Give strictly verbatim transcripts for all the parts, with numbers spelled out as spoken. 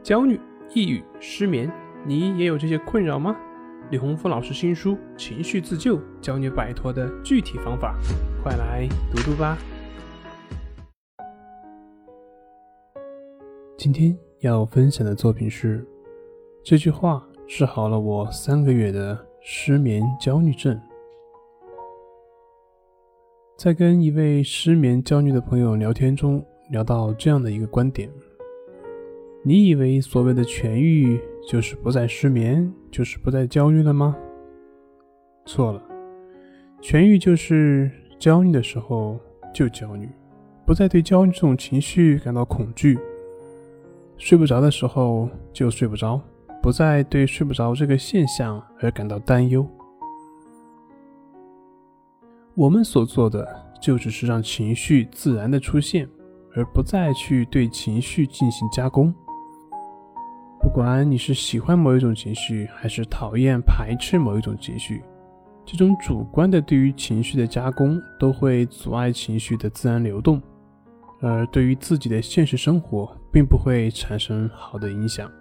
焦虑、抑郁、失眠，你也有这些困扰吗？李洪福老师新书《情绪自救》教你摆脱的具体方法，快来读读吧。今天要分享的作品是：这句话治好了我三个月的失眠焦虑症。在跟一位失眠焦虑的朋友聊天中，聊到这样的一个观点：你以为所谓的痊愈就是不再失眠，就是不再焦虑了吗？错了，痊愈就是焦虑的时候就焦虑，不再对焦虑这种情绪感到恐惧，睡不着的时候就睡不着，不再对睡不着这个现象而感到担忧。我们所做的就只是让情绪自然的出现，而不再去对情绪进行加工。不管你是喜欢某一种情绪，还是讨厌排斥某一种情绪，这种主观的对于情绪的加工都会阻碍情绪的自然流动，而对于自己的现实生活并不会产生好的影响。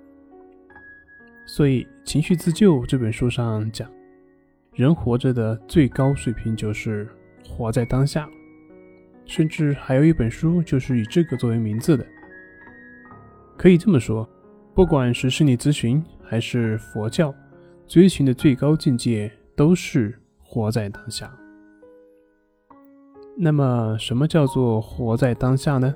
所以《情绪自救》这本书上讲，人活着的最高水平就是活在当下，甚至还有一本书就是以这个作为名字的。可以这么说，不管是心理咨询还是佛教，追寻的最高境界都是活在当下。那么什么叫做活在当下呢？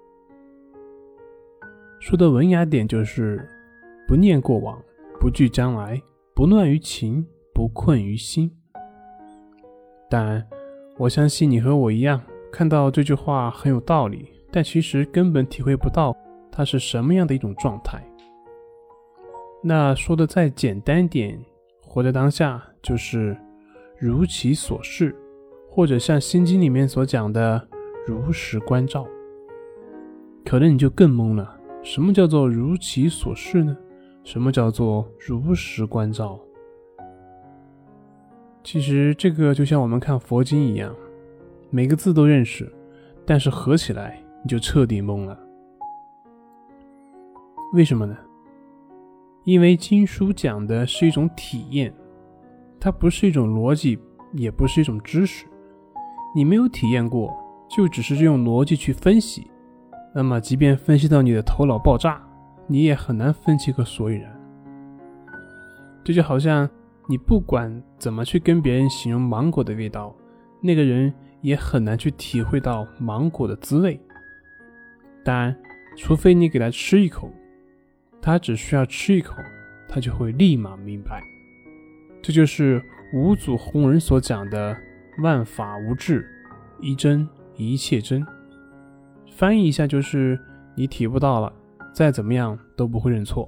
说的文雅点就是不念过往，不惧将来，不乱于情，不困于心。但我相信你和我一样，看到这句话很有道理，但其实根本体会不到它是什么样的一种状态。那说的再简单点，活在当下就是如其所是，或者像心经里面所讲的如实关照。可能你就更懵了，什么叫做如其所是呢？什么叫做如实关照？其实这个就像我们看佛经一样，每个字都认识，但是合起来你就彻底懵了。为什么呢？因为经书讲的是一种体验，它不是一种逻辑，也不是一种知识。你没有体验过，就只是用逻辑去分析，那么即便分析到你的头脑爆炸，你也很难分析个所以然。这就好像你不管怎么去跟别人形容芒果的味道，那个人也很难去体会到芒果的滋味。当然，除非你给他吃一口，他只需要吃一口，他就会立马明白。这就是五祖弘忍所讲的万法无智，一真一切真。翻译一下就是你体悟到了，再怎么样都不会认错。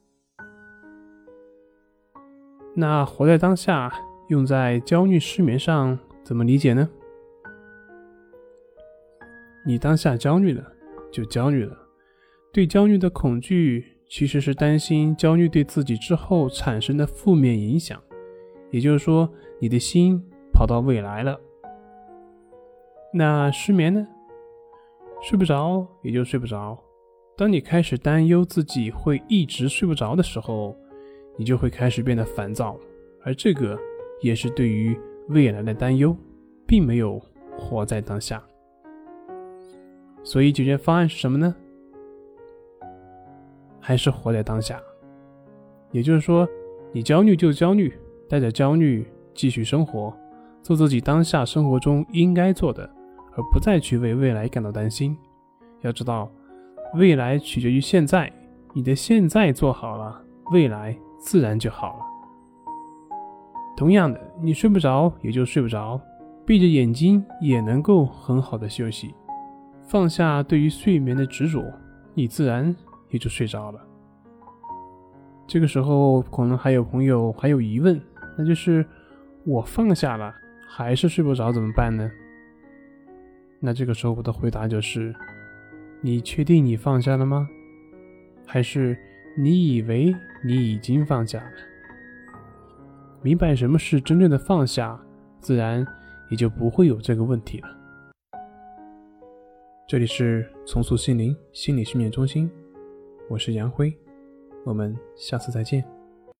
那活在当下用在焦虑失眠上怎么理解呢？你当下焦虑了就焦虑了，对焦虑的恐惧其实是担心焦虑对自己之后产生的负面影响，也就是说你的心跑到未来了。那失眠呢？睡不着也就睡不着，当你开始担忧自己会一直睡不着的时候，你就会开始变得烦躁，而这个也是对于未来的担忧，并没有活在当下。所以解决方案是什么呢？还是活在当下。也就是说，你焦虑就焦虑，带着焦虑继续生活，做自己当下生活中应该做的，而不再去为未来感到担心。要知道，未来取决于现在，你的现在做好了，未来自然就好了。同样的，你睡不着也就睡不着，闭着眼睛也能够很好的休息。放下对于睡眠的执着，你自然也就睡着了。这个时候可能还有朋友还有疑问，那就是我放下了还是睡不着怎么办呢？那这个时候我的回答就是，你确定你放下了吗？还是你以为你已经放下了？明白什么是真正的放下，自然也就不会有这个问题了。这里是重塑心灵心理训练中心， 我是杨辉，我们下次再见。